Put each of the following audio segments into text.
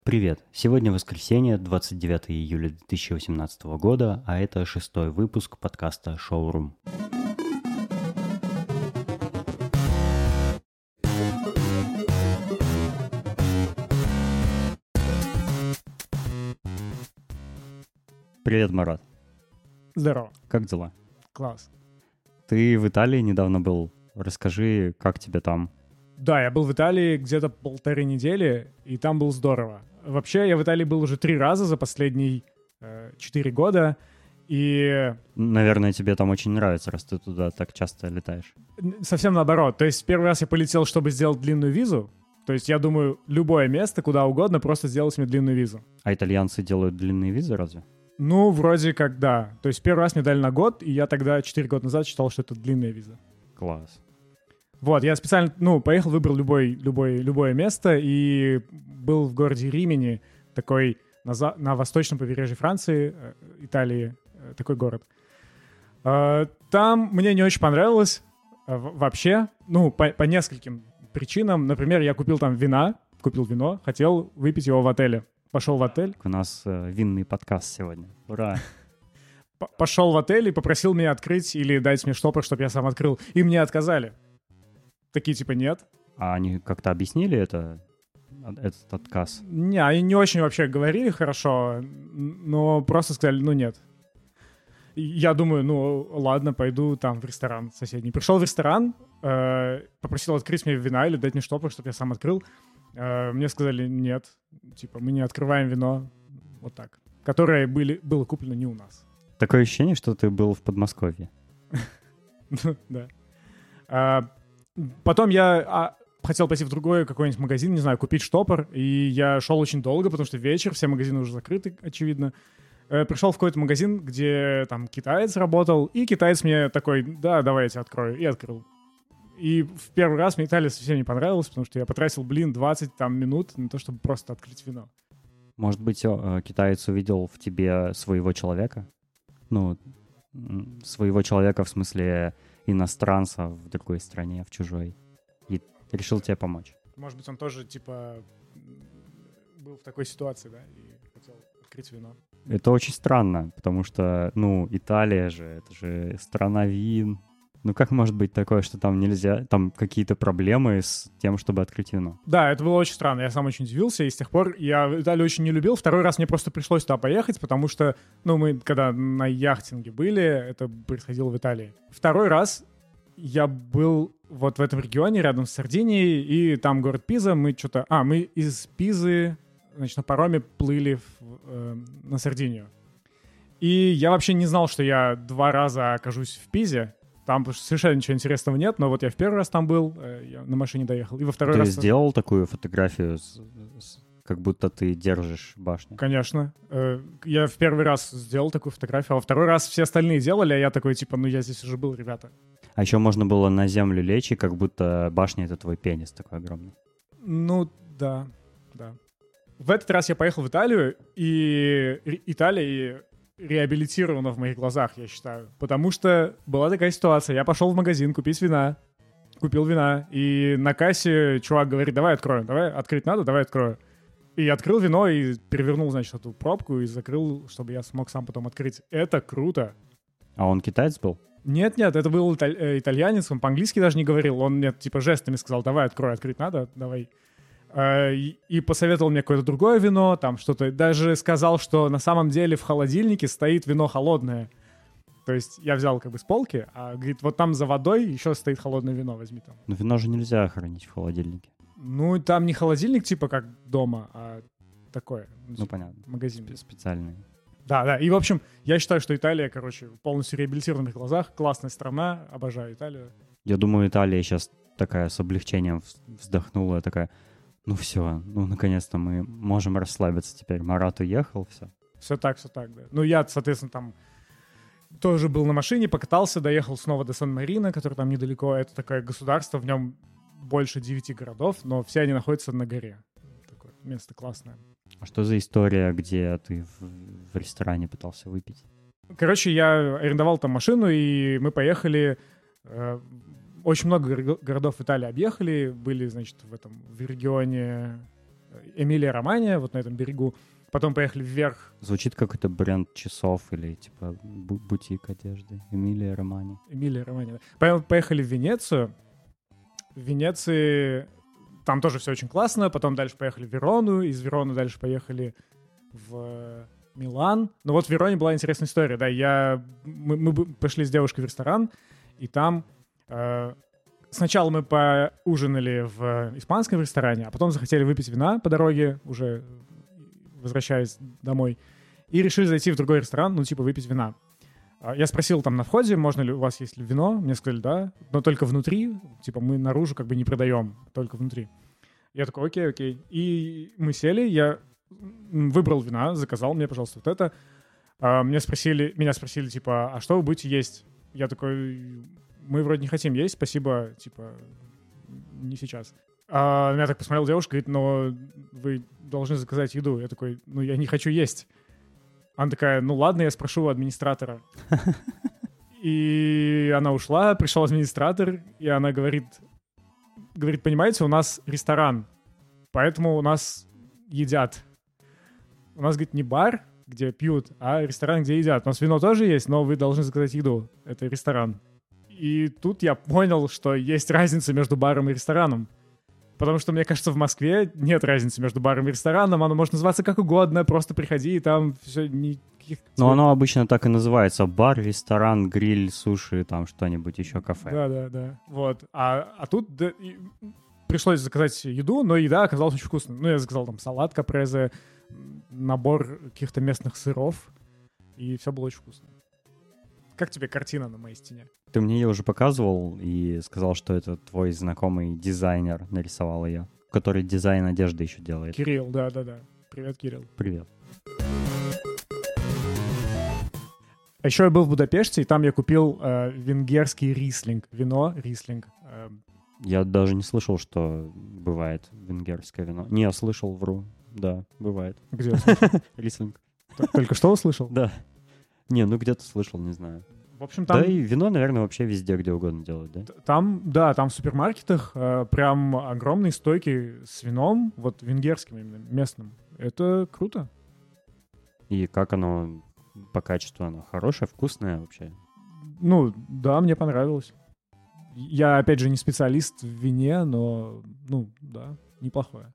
Привет! Сегодня воскресенье, 29 июля 2018 года, а это 6-й выпуск подкаста «Шоурум». Привет, Марат. Здорово. Как дела? Класс. Ты в Италии недавно был. Расскажи, как тебе там? Да, я был в Италии где-то 1,5 недели, и там было здорово. Вообще, я в Италии был уже 3 раза за последние 4 года, и Наверное, тебе там очень нравится, раз ты туда так часто летаешь. совсем наоборот. То есть первый раз я полетел, чтобы сделать длинную визу. То есть я думаю, любое место, куда угодно, просто сделать мне длинную визу. А итальянцы делают длинные визы разве? Ну, вроде как да. То есть первый раз мне дали на год, и я тогда 4 года назад считал, что это длинная виза. Класс. Вот, я специально, поехал, выбрал любое место и был в городе Римини, такой на восточном побережье Франции, Италии, такой город. Там мне не очень понравилось вообще, по нескольким причинам. Например, я купил вино, хотел выпить его в отеле. Пошел в отель. У нас винный подкаст сегодня. Ура! Пошел в отель и попросил меня открыть или дать мне штопор, чтобы я сам открыл. И мне отказали. Такие типа нет. А они как-то объяснили этот отказ? Не, они не очень вообще говорили хорошо, но просто сказали, нет. И я думаю, ладно, пойду там в ресторан соседний. Пришел в ресторан, попросил открыть мне вина или дать мне штопор, чтобы я сам открыл. Мне сказали, нет, типа, мы не открываем вино, вот так, которое было куплено не у нас. Такое ощущение, что ты был в Подмосковье. Да. Потом я хотел пойти в другой какой-нибудь магазин, не знаю, купить штопор, и я шел очень долго, потому что вечер, все магазины уже закрыты, очевидно. Пришел в какой-то магазин, где там китаец работал, и китаец мне такой, да, давай я тебе открою, и открыл. И в первый раз мне Италия совсем не понравилась, потому что я потратил, 20 минут на то, чтобы просто открыть вино. Может быть, китаец увидел в тебе своего человека? Своего человека в смысле иностранца в другой стране, в чужой. И решил тебе помочь. Может быть, он тоже, был в такой ситуации, да, и хотел открыть вино. Это очень странно, потому что, Италия же, это же страна вин. Как может быть такое, что там нельзя, там какие-то проблемы с тем, чтобы открыть вино? Да, это было очень странно, я сам очень удивился, и с тех пор я Италию очень не любил. Второй раз мне просто пришлось туда поехать, потому что, мы когда на яхтинге были, это происходило в Италии. Второй раз я был вот в этом регионе, рядом с Сардинией, и там город Пиза, мы из Пизы, значит, на пароме плыли на Сардинию. И я вообще не знал, что я 2 раза окажусь в Пизе. Там совершенно ничего интересного нет, но вот я в первый раз там был, я на машине доехал, и во второй раз... Ты сделал такую фотографию, как будто ты держишь башню? Конечно. Я в первый раз сделал такую фотографию, а во второй раз все остальные делали, а я такой, я здесь уже был, ребята. А еще можно было на землю лечь, и как будто башня — это твой пенис такой огромный. Да. В этот раз я поехал в Италию, и Италия реабилитирована в моих глазах, я считаю. Потому что была такая ситуация. Я пошел в магазин купить вина. Купил вина. И на кассе чувак говорит, давай откроем. Давай, открыть надо, давай открою. И я открыл вино и перевернул, значит, эту пробку и закрыл, чтобы я смог сам потом открыть. Это круто. А он китаец был? Нет, это был итальянец. Он по-английски даже не говорил. Он мне, жестами сказал, давай открой, открыть надо, давай. И посоветовал мне какое-то другое вино, там что-то. Даже сказал, что на самом деле в холодильнике стоит вино холодное. То есть я взял с полки, а говорит, вот там за водой еще стоит холодное вино, возьми там. Но вино же нельзя хранить в холодильнике. Там не холодильник как дома, а такое. Понятно. Магазин. Специальный. Да. И, в общем, я считаю, что Италия, полностью реабилитирована в моих глазах. Классная страна, обожаю Италию. Я думаю, Италия сейчас такая с облегчением вздохнула, такая... все, наконец-то мы можем расслабиться теперь. Марат уехал, все. Все так, да. Я, соответственно, там тоже был на машине, покатался, доехал снова до Сан-Марино, который там недалеко. Это такое государство, в нем больше 9 городов, но все они находятся на горе. Такое место классное. А что за история, где ты в ресторане пытался выпить? Я арендовал там машину, и мы поехали... Очень много городов Италии объехали, были, значит, в регионе Эмилия-Романья, вот на этом берегу. Потом поехали вверх. Звучит как это бренд часов или типа бутик одежды. Эмилия Романи. Эмилия-Романья, да. Поехали в Венецию. В Венеции там тоже все очень классно. Потом дальше поехали в Верону. Из Вероны дальше поехали в Милан. Ну вот в Вероне была интересная история. Да, мы пошли с девушкой в ресторан, и там сначала мы поужинали в испанском ресторане, а потом захотели выпить вина по дороге, уже возвращаясь домой, и решили зайти в другой ресторан, ну типа выпить вина. Я спросил там на входе, можно ли у вас есть ли вино. Мне сказали, да, но только внутри. Типа мы наружу как бы не продаем, только внутри. Я такой, окей. И мы сели, я выбрал вина, заказал мне, пожалуйста, вот это. Меня спросили, типа, а что вы будете есть? Я такой, мы вроде не хотим есть, спасибо, типа, не сейчас. На меня так посмотрела девушка, говорит, но вы должны заказать еду. Я такой, ну я не хочу есть. Она такая, ну ладно, я спрошу у администратора. И она ушла, пришел администратор, и она говорит, понимаете, у нас ресторан, поэтому у нас едят. У нас, говорит, не бар, где пьют, а ресторан, где едят. У нас вино тоже есть, но вы должны заказать еду. Это ресторан. И тут я понял, что есть разница между баром и рестораном. Потому что, мне кажется, в Москве нет разницы между баром и рестораном. Оно может называться как угодно, просто приходи, и там все никаких... Но оно обычно так и называется. Бар, ресторан, гриль, суши, там что-нибудь еще, кафе. Да. Вот. А тут пришлось заказать еду, но еда оказалась очень вкусной. Ну, я заказал там салат капрезе, набор каких-то местных сыров, и все было очень вкусно. Как тебе картина на моей стене? Ты мне ее уже показывал и сказал, что это твой знакомый дизайнер нарисовал ее, который дизайн одежды еще делает. Кирилл, да. Привет, Кирилл. Привет. А еще я был в Будапеште, и там я купил венгерский рислинг. Вино рислинг. Я даже не слышал, что бывает венгерское вино. Не, я слышал, вру. Да, бывает. Где услышал? Рислинг. Только что услышал? Да. Не, ну где-то слышал, не знаю. В общем, там... Да и вино, наверное, вообще везде, где угодно делают, да? Там в супермаркетах прям огромные стойки с вином, вот венгерским именно, местным. Это круто. И как оно по качеству? Оно хорошее, вкусное вообще? Ну, да, мне понравилось. Я, опять же, не специалист в вине, но, ну, да, неплохое.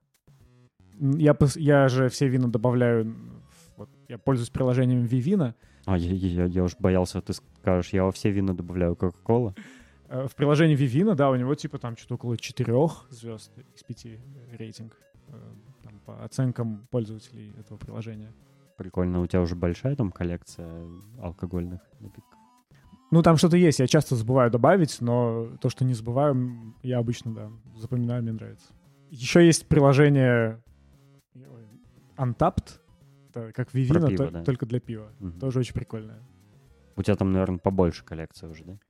Я же все вина добавляю... Вот, я пользуюсь приложением Vivino. Я уж боялся, ты скажешь, я во все вина добавляю Кока-Колу. В приложении Vivino, да, у него типа там что-то около 4 звезд из 5 рейтинг там, по оценкам пользователей этого приложения. Прикольно, у тебя уже большая там коллекция алкогольных напитков? Ну, там что-то есть, я часто забываю добавить, но то, что не забываю, я обычно, да, запоминаю, мне нравится. Еще есть приложение Untapped, это как Vivino, пиво, да. только для пива. Угу. Тоже очень прикольное. У тебя там, наверное, побольше коллекция уже, да?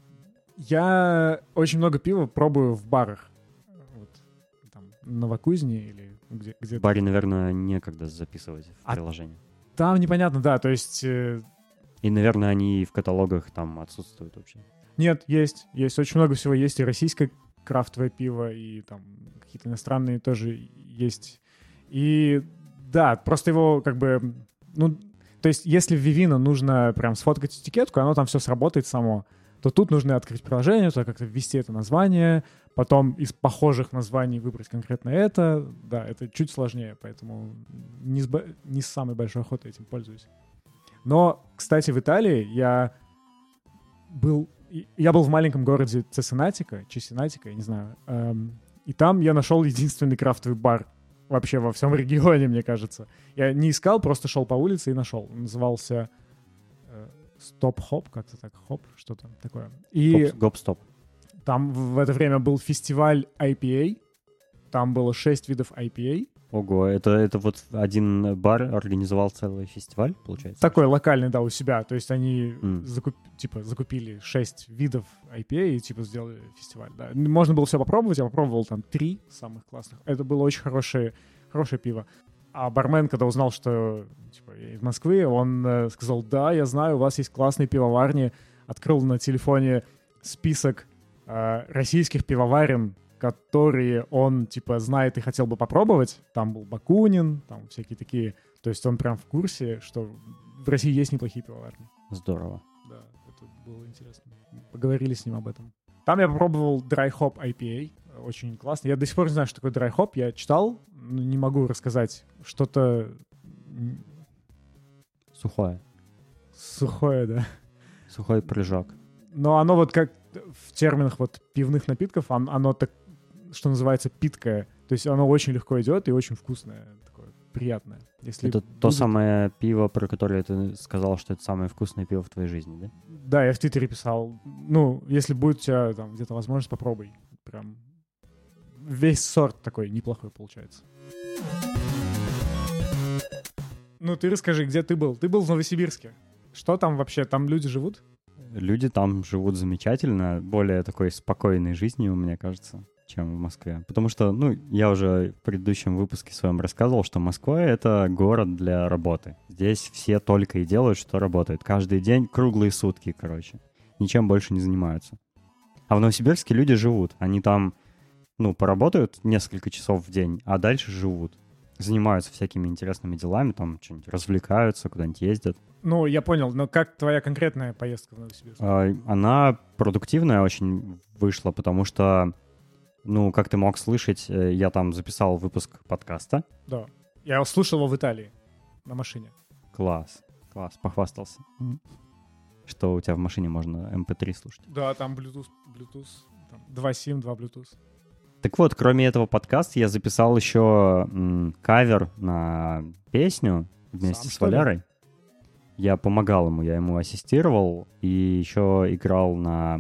Я очень много пива пробую в барах. Вот, там, в Новокузне или где-то. В баре, наверное, некогда записывать в приложение. Там непонятно, да, то есть... И, наверное, они в каталогах там отсутствуют вообще. Нет, есть. Очень много всего есть. И российское крафтовое пиво, и там какие-то иностранные тоже есть. И да, просто его как бы... Ну, то есть если в Vivino нужно прям сфоткать этикетку, оно там все сработает само, то тут нужно открыть приложение, туда как-то ввести это название, потом из похожих названий выбрать конкретно это. Да, это чуть сложнее, поэтому не с самой большой охотой этим пользуюсь. Но, кстати, в Италии я был в маленьком городе Цесенатико, я не знаю, и там я нашел единственный крафтовый бар вообще во всем регионе, мне кажется. Я не искал, просто шел по улице и нашел. Он назывался Стоп-Хоп, как-то так, Хоп, что-то такое. И Гоп-стоп. там в это время был фестиваль IPA, там было 6 видов IPA. Ого, это вот один бар организовал целый фестиваль, получается? Такой локальный, да, у себя. То есть они закупили 6 видов IPA и сделали фестиваль. Да. Можно было все попробовать. Я попробовал там 3 самых классных. Это было очень хорошее пиво. А бармен, когда узнал, что я из Москвы, он сказал, да, я знаю, у вас есть классные пивоварни. Открыл на телефоне список российских пивоварен которые он, типа, знает и хотел бы попробовать. Там был Бакунин, там всякие такие. То есть он прям в курсе, что в России есть неплохие пивоварни. Здорово. Да, это было интересно. Поговорили с ним об этом. Там я попробовал Dry Hop IPA. Очень классно. Я до сих пор не знаю, что такое Dry Hop. Я читал, но не могу рассказать. Что-то... Сухое. Сухое, да. Сухой прыжок. Но оно вот как в терминах вот пивных напитков, оно так, что называется, питкое. То есть оно очень легко идет и очень вкусное. Такое приятное. Если это то самое пиво, про которое ты сказал, что это самое вкусное пиво в твоей жизни, да? Да, я в Твиттере писал. Ну, если будет у тебя там где-то возможность, попробуй. Прям весь сорт такой неплохой получается. Ну, ты расскажи, где ты был? Ты был в Новосибирске. Что там вообще? Там люди живут? Люди там живут замечательно, более такой спокойной жизнью, мне кажется, чем в Москве. Потому что, я уже в предыдущем выпуске своем рассказывал, что Москва — это город для работы. Здесь все только и делают, что работают. Каждый день, круглые сутки, короче. Ничем больше не занимаются. А в Новосибирске люди живут. Они там, поработают несколько часов в день, а дальше живут. Занимаются всякими интересными делами, там что-нибудь развлекаются, куда-нибудь ездят. Ну, я понял, но как твоя конкретная поездка в Новосибирск? Она продуктивная очень вышла, потому что, как ты мог слышать, я там записал выпуск подкаста. Да, я слушал его в Италии на машине. Класс, похвастался. Что у тебя в машине можно MP3 слушать. Да, там Bluetooth, там 2.7, 2 Bluetooth. Так вот, кроме этого подкаста я записал еще кавер на песню вместе с Валерой. Я помогал ему, я ему ассистировал и еще играл на,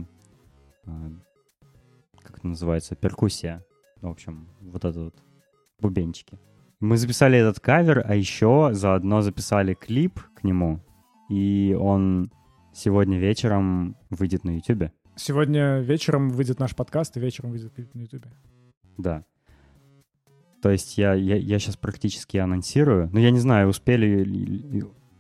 как это называется, перкуссия. В общем, вот это вот бубенчики. Мы записали этот кавер, а еще заодно записали клип к нему, и он сегодня вечером выйдет на YouTube. Сегодня вечером выйдет наш подкаст, и вечером выйдет клип на YouTube. Да. То есть я сейчас практически анонсирую. Но я не знаю, успели...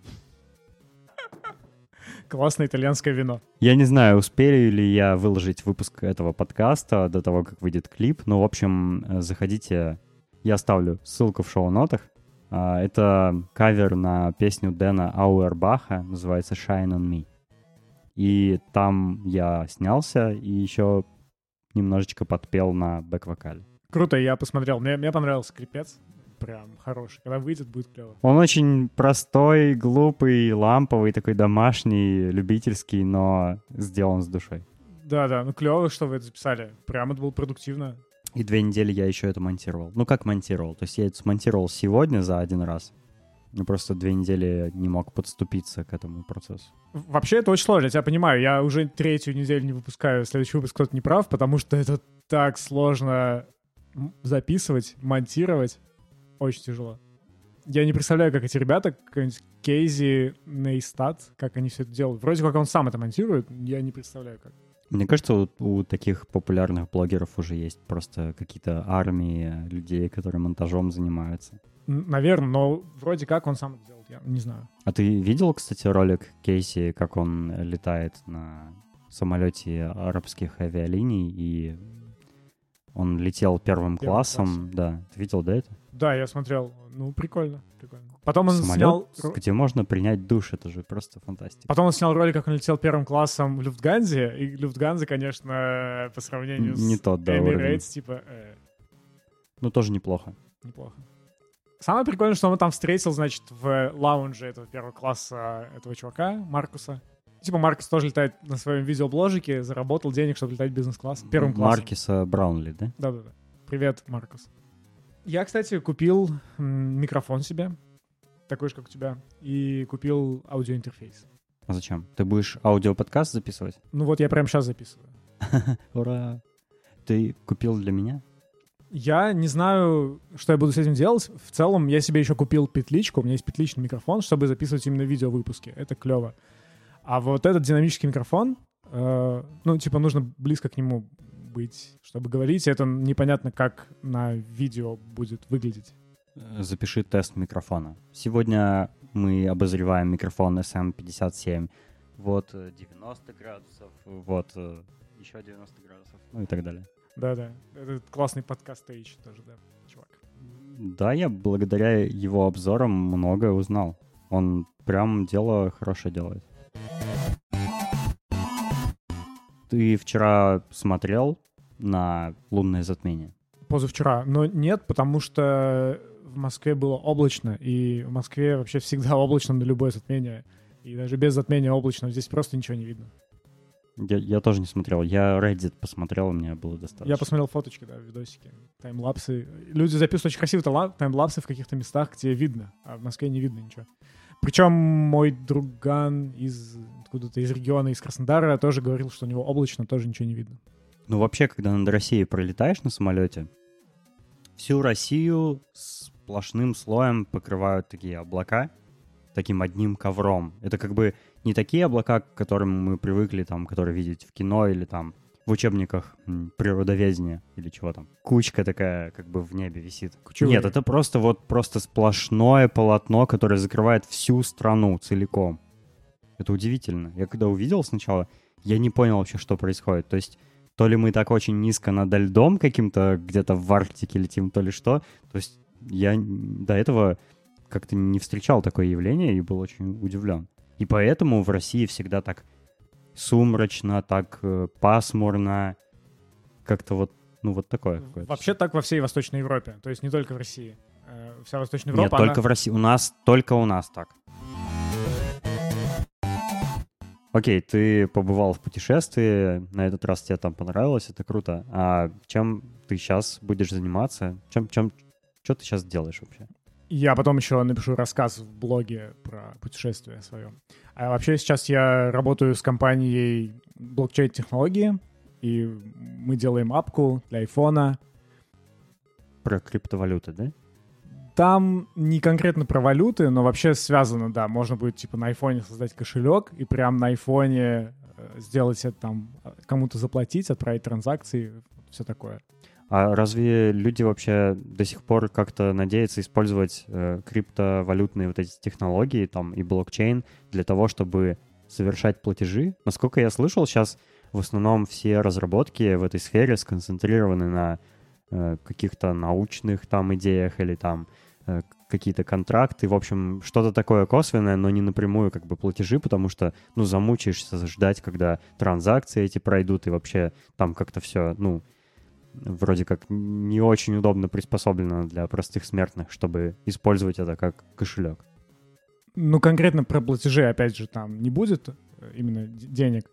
Классное итальянское вино. Я не знаю, успею ли я выложить выпуск этого подкаста до того, как выйдет клип. Но, в общем, заходите. Я оставлю ссылку в шоу-нотах. Это кавер на песню Дэна Ауэрбаха. Называется «Shine on Me». И там я снялся и еще немножечко подпел на бэк-вокале. Круто, я посмотрел. Мне понравился клипец. Прям хороший. Когда выйдет, будет клево. Он очень простой, глупый, ламповый, такой домашний, любительский, но сделан с душой. Да, клево, что вы это записали. Прям это было продуктивно. И 2 недели я еще это монтировал. Как монтировал? То есть я это смонтировал сегодня за один раз. Просто 2 недели не мог подступиться к этому процессу. Вообще это очень сложно, я тебя понимаю. Я уже 3-ю неделю не выпускаю. Следующий выпуск кто-то не прав, потому что это так сложно записывать, монтировать. Очень тяжело. Я не представляю, как эти ребята, какой-нибудь Кейзи Нейстат, как они все это делают. Вроде как он сам это монтирует, я не представляю, как. Мне кажется, у таких популярных блогеров уже есть просто какие-то армии людей, которые монтажом занимаются. Наверное, но вроде как он сам это делает, я не знаю. А ты видел, кстати, ролик Кейси, как он летает на самолете арабских авиалиний, и он летел первым классом? Да, ты видел, да, это? Да, я смотрел. Прикольно. Потом он снял... где можно принять душ, это же просто фантастика. Потом он снял ролик, как он летел первым классом в Люфтганзе, и Люфтганзе, конечно, по сравнению не с тот, да, Emirates, типа... тоже неплохо. Самое прикольное, что он там встретил, значит, в лаунже этого первого класса этого чувака, Маркуса. Типа Маркус тоже летает на своем видеобложике, заработал денег, чтобы летать бизнес-класс первым классом. Маркуса Браунли, да? Да. Привет, Маркус. Я, кстати, купил микрофон себе, такой же, как у тебя, и купил аудиоинтерфейс. А зачем? Ты будешь аудиоподкаст записывать? Я прямо сейчас записываю. Ура! Ты купил для меня? Я не знаю, что я буду с этим делать. В целом, я себе еще купил петличку. У меня есть петличный микрофон, чтобы записывать именно видеовыпуски. Это клево. А вот этот динамический микрофон, нужно близко к нему быть, чтобы говорить. Это непонятно, как на видео будет выглядеть. Запиши тест микрофона. Сегодня мы обозреваем микрофон SM57. Вот 90 градусов, вот еще 90 градусов, и так далее. Да-да. Это классный подкаст Age тоже, да, чувак. Да, я благодаря его обзорам многое узнал. Он прям дело хорошее делает. Ты вчера смотрел на лунное затмение? Позавчера. Но нет, потому что в Москве было облачно, и в Москве вообще всегда облачно на любое затмение. И даже без затмения облачно здесь просто ничего не видно. Я тоже не смотрел. Я Reddit посмотрел, мне было достаточно. Я посмотрел фоточки, да, видосики, таймлапсы. Люди записывают очень красивые таймлапсы в каких-то местах, где видно, а в Москве не видно ничего. Причем мой друган откуда-то из региона, из Краснодара, тоже говорил, что у него облачно, тоже ничего не видно. Ну, вообще, когда над Россией пролетаешь на самолете, всю Россию сплошным слоем покрывают такие облака, таким одним ковром. Это как бы не такие облака, к которым мы привыкли, там, которые видеть в кино или там в учебниках природоведения или чего там. Кучка такая как бы в небе висит. Кучевые. Нет, это просто сплошное полотно, которое закрывает всю страну целиком. Это удивительно. Я когда увидел сначала, я не понял вообще, что происходит. То есть то ли мы так очень низко над льдом каким-то где-то в Арктике летим, то ли что. То есть я до этого как-то не встречал такое явление и был очень удивлен. И поэтому в России всегда так сумрачно, так пасмурно, как-то вот такое какое-то. Вообще так во всей Восточной Европе, то есть не только в России. Вся Восточная Европа, Нет, только в России. Только у нас так. Окей, ты побывал в путешествии, на этот раз тебе там понравилось, это круто. А чем ты сейчас будешь заниматься? Что ты сейчас делаешь вообще? Я потом еще напишу рассказ в блоге про путешествие свое. А вообще сейчас я работаю с компанией блокчейн-технологии, и мы делаем апку для айфона. Про криптовалюты, да? Там не конкретно про валюты, но вообще связано, да. Можно будет типа на айфоне создать кошелек и прям на айфоне сделать это там, кому-то заплатить, отправить транзакции, все такое. А разве люди вообще до сих пор как-то надеются использовать криптовалютные вот эти технологии там и блокчейн для того, чтобы совершать платежи? Насколько я слышал, сейчас в основном все разработки в этой сфере сконцентрированы на каких-то научных там идеях или там какие-то контракты. В общем, что-то такое косвенное, но не напрямую как бы платежи, потому что, замучаешься ждать, когда транзакции эти пройдут, и вообще там как-то все, вроде как не очень удобно приспособлено для простых смертных, чтобы использовать это как кошелек. Конкретно про платежи, опять же, там не будет именно денег.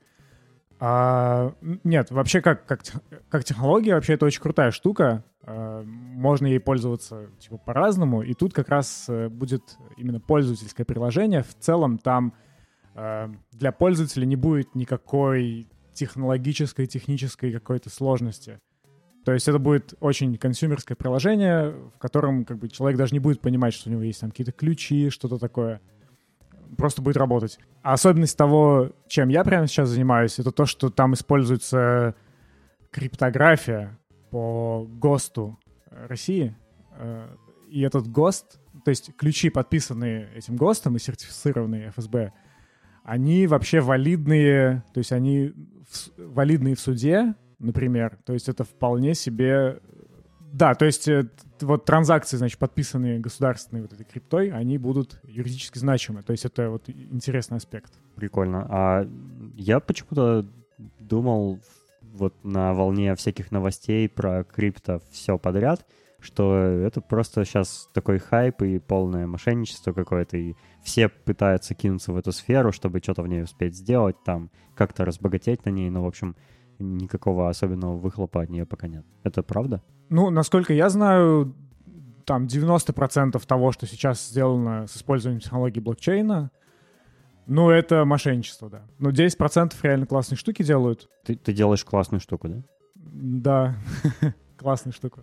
Нет, вообще как технология, вообще это очень крутая штука. Можно ей пользоваться типа по-разному. И тут как раз будет именно пользовательское приложение. В целом там для пользователя не будет никакой технической какой-то сложности. То есть это будет очень консюмерское приложение, в котором как бы человек даже не будет понимать, что у него есть там какие-то ключи, что-то такое. Просто будет работать. А особенность того, чем я прямо сейчас занимаюсь, это то, что там используется криптография по ГОСТу России. И этот ГОСТ, то есть ключи, подписанные этим ГОСТом и сертифицированные ФСБ, они вообще валидные, то есть они валидные в суде, например. То есть это вполне себе... Да, то есть вот транзакции, значит, подписанные государственной вот этой криптой, они будут юридически значимы. То есть это вот интересный аспект. Прикольно. А я почему-то думал вот на волне всяких новостей про крипто все подряд, что это просто сейчас такой хайп и полное мошенничество какое-то, и все пытаются кинуться в эту сферу, чтобы что-то в ней успеть сделать, там, как-то разбогатеть на ней, но, в общем, никакого особенного выхлопа от нее пока нет. Это правда? Насколько я знаю, там 90% того, что сейчас сделано с использованием технологии блокчейна, это мошенничество, да. 10% реально классные штуки делают. Ты делаешь классную штуку, да? Да, классную штуку.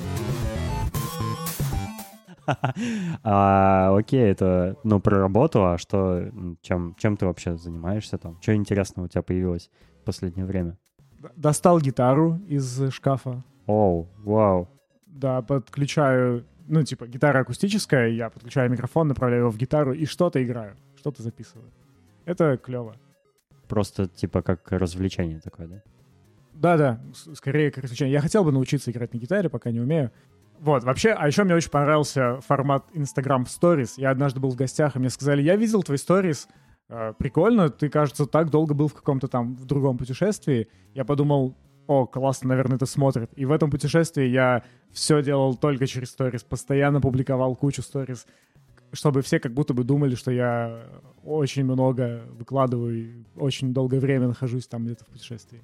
Окей, это, про работу, а что, чем ты вообще занимаешься там? Что интересного у тебя появилось в последнее время? Достал гитару из шкафа. Оу, вау. Да, подключаю, гитара акустическая, я подключаю микрофон, направляю его в гитару и что-то играю, что-то записываю. Это клево. Просто, как развлечение такое, да? Да-да, скорее как развлечение. Я хотел бы научиться играть на гитаре, пока не умею. Вот, вообще, а еще мне очень понравился формат Instagram Stories. Я однажды был в гостях, и мне сказали, я видел твои stories, прикольно, ты, кажется, так долго был в каком-то там в другом путешествии. Я подумал, о, классно, наверное, это смотрит. И в этом путешествии я все делал только через stories, постоянно публиковал кучу stories, чтобы все как будто бы думали, что я очень много выкладываю и очень долгое время нахожусь там где-то в путешествии.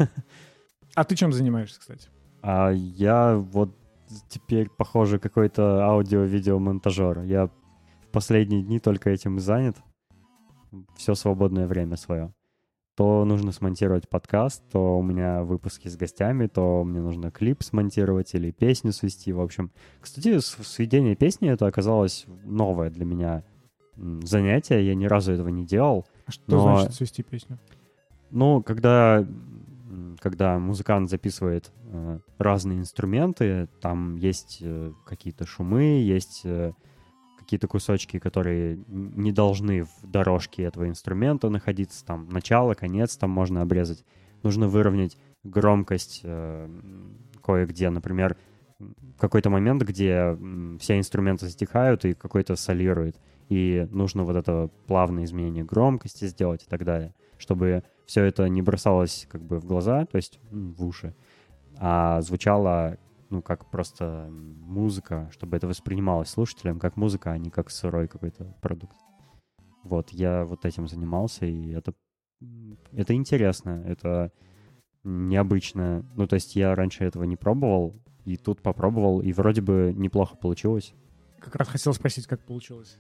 А ты чем занимаешься, кстати? Я вот теперь, похоже, какой-то аудио-видеомонтажер. Я в последние дни только этим и занят. Все свободное время свое. То нужно смонтировать подкаст, то у меня выпуски с гостями, то мне нужно клип смонтировать или песню свести. В общем, кстати, сведение песни — это оказалось новое для меня занятие. Я ни разу этого не делал. А что значит свести песню? Ну, когда музыкант записывает разные инструменты, там есть какие-то шумы, есть какие-то кусочки, которые не должны в дорожке этого инструмента находиться, там начало, конец там можно обрезать. Нужно выровнять громкость кое-где, например, какой-то момент, где все инструменты затихают и какой-то солирует, и нужно вот это плавное изменение громкости сделать и так далее, чтобы все это не бросалось как бы в глаза, то есть в уши, а звучало как просто музыка, чтобы это воспринималось слушателем как музыка, а не как сырой какой-то продукт. Вот, я вот этим занимался, и это интересно, это необычно. Ну, то есть я раньше этого не пробовал, и тут попробовал, и вроде бы неплохо получилось. Как раз хотел спросить, как получилось.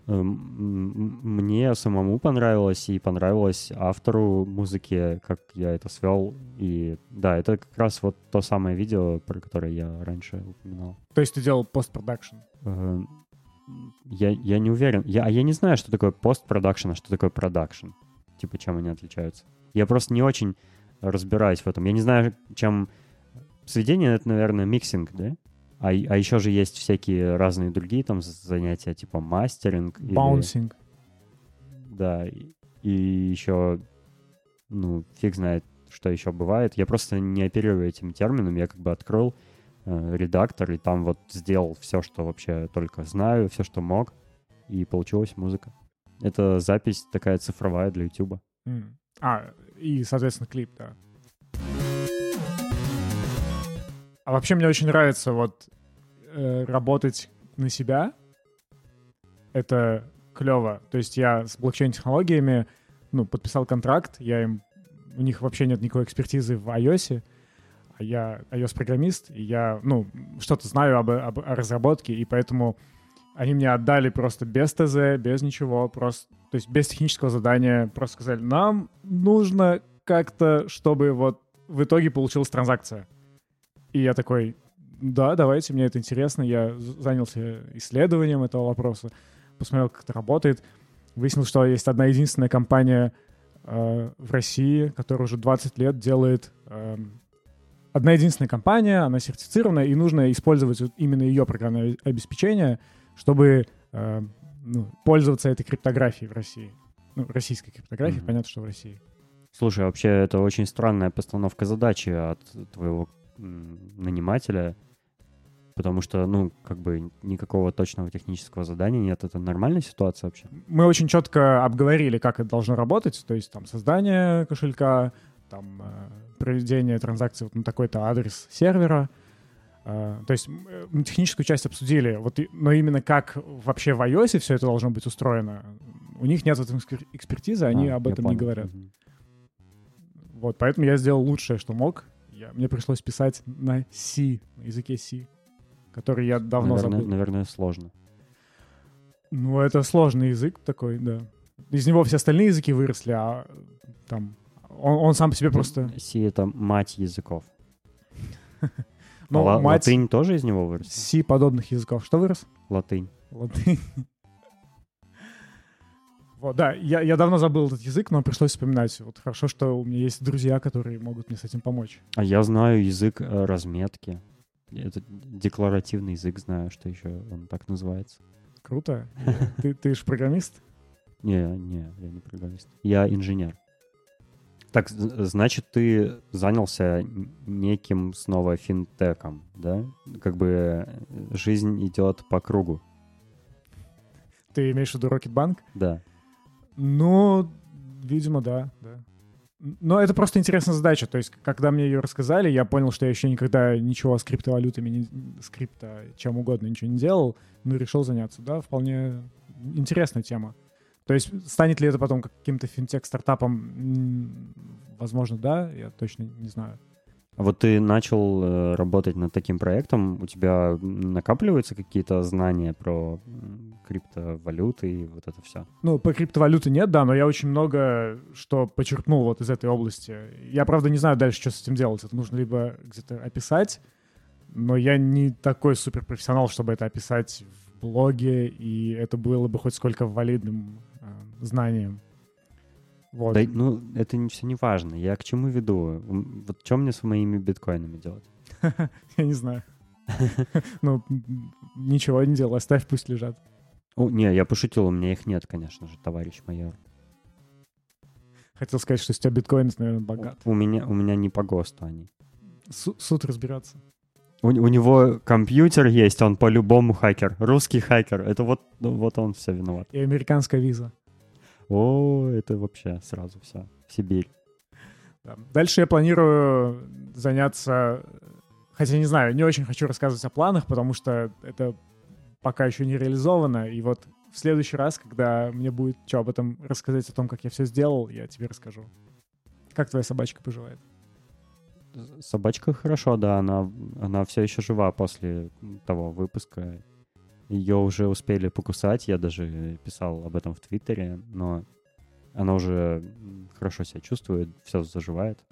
Мне самому понравилось, и понравилось автору музыки, как я это свел. И да, это как раз вот то самое видео, про которое я раньше упоминал. То есть ты делал постпродакшн? Я не уверен. Я не знаю, что такое постпродакшн, а что такое продакшн. Типа, чем они отличаются. Я просто не очень разбираюсь в этом. Я не знаю, чем... Сведение — это, наверное, миксинг, да? А еще же есть всякие разные другие там занятия, типа мастеринг. Баунсинг. Да, и еще, фиг знает, что еще бывает. Я просто не оперирую этим термином. Я как бы открыл редактор и там вот сделал все, что вообще только знаю, все, что мог, и получилась музыка. Это запись такая цифровая для YouTube. И, соответственно, клип, да. А вообще мне очень нравится вот работать на себя. Это клево. То есть я с блокчейн-технологиями подписал контракт. У них вообще нет никакой экспертизы в iOS. А я iOS-программист, и я что-то знаю о разработке, и поэтому они мне отдали просто без ТЗ, без ничего, просто, то есть без технического задания. Просто сказали, нам нужно как-то, чтобы вот в итоге получилась транзакция. И я такой, да, давайте, мне это интересно. Я занялся исследованием этого вопроса, посмотрел, как это работает. Выяснил, что есть одна единственная компания в России, которая уже 20 лет делает... Одна единственная компания, она сертифицирована, и нужно использовать именно ее программное обеспечение, чтобы пользоваться этой криптографией в России. Российской криптографией, понятно, что в России. Слушай, вообще это очень странная постановка задачи от твоего нанимателя, потому что, никакого точного технического задания нет. Это нормальная ситуация вообще? Мы очень четко обговорили, как это должно работать, то есть там создание кошелька, там проведение транзакций на такой-то адрес сервера. То есть мы техническую часть обсудили, но именно как вообще в iOS все это должно быть устроено, у них нет в этом экспертизы, они об этом не говорят. Вот, поэтому я сделал лучшее, что мог. Мне пришлось писать на C, на языке C, который я давно забыл. Наверное, сложно. Это сложный язык такой, да. Из него все остальные языки выросли, а там он сам по себе просто... C — это мать языков. Латынь тоже из него вырос? C подобных языков. Что вырос? Латынь. Вот, да, я давно забыл этот язык, но пришлось вспоминать. Вот хорошо, что у меня есть друзья, которые могут мне с этим помочь. А я знаю язык разметки. Это декларативный язык, знаю, что еще он так называется. Круто. Ты же программист? Не, я не программист. Я инженер. Так, значит, ты занялся неким снова финтеком, да? Как бы жизнь идет по кругу. Ты имеешь в виду Рокетбанк? Да. Ну, видимо, да. Но это просто интересная задача. То есть, когда мне ее рассказали, я понял, что я еще никогда ничего с криптовалютами, чем угодно ничего не делал, но решил заняться. Да, вполне интересная тема. То есть, станет ли это потом каким-то финтех-стартапом? Возможно, да, я точно не знаю. А вот ты начал работать над таким проектом, у тебя накапливаются какие-то знания про криптовалюты и вот это все? Ну, по криптовалюте нет, да, но я очень много что почерпнул вот из этой области. Я, правда, не знаю дальше, что с этим делать. Это нужно либо где-то описать, но я не такой суперпрофессионал, чтобы это описать в блоге, и это было бы хоть сколько валидным знанием. Вот. Да, ну, это все не важно. Я к чему веду? Вот что мне с моими биткоинами делать? Я не знаю. Ну, ничего не делай, оставь, пусть лежат. Не, я пошутил, у меня их нет, конечно же, товарищ майор. Хотел сказать, что с тебя биткоин, наверное, богат. У меня не по ГОСТу они. Суд разбираться. У него компьютер есть, он по-любому хакер. Русский хакер. Это вот он все виноват. И американская виза. О, это вообще сразу все. Сибирь. Да. Дальше я планирую заняться... Хотя не знаю, не очень хочу рассказывать о планах, потому что это пока еще не реализовано. И вот в следующий раз, когда мне будет что об этом рассказать, о том, как я все сделал, я тебе расскажу. Как твоя собачка поживает? Собачка хорошо, да. Она все еще жива после того выпуска. Ее уже успели покусать, я даже писал об этом в Твиттере, но она уже хорошо себя чувствует, все заживает.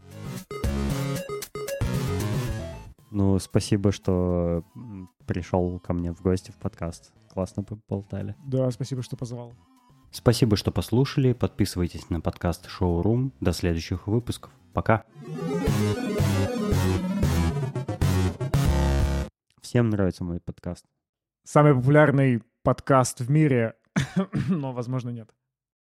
Ну, спасибо, что пришел ко мне в гости в подкаст. Классно поболтали. Да, спасибо, что позвал. Спасибо, что послушали. Подписывайтесь на подкаст Showroom. До следующих выпусков. Пока. Всем нравится мой подкаст. Самый популярный подкаст в мире, но, возможно, нет.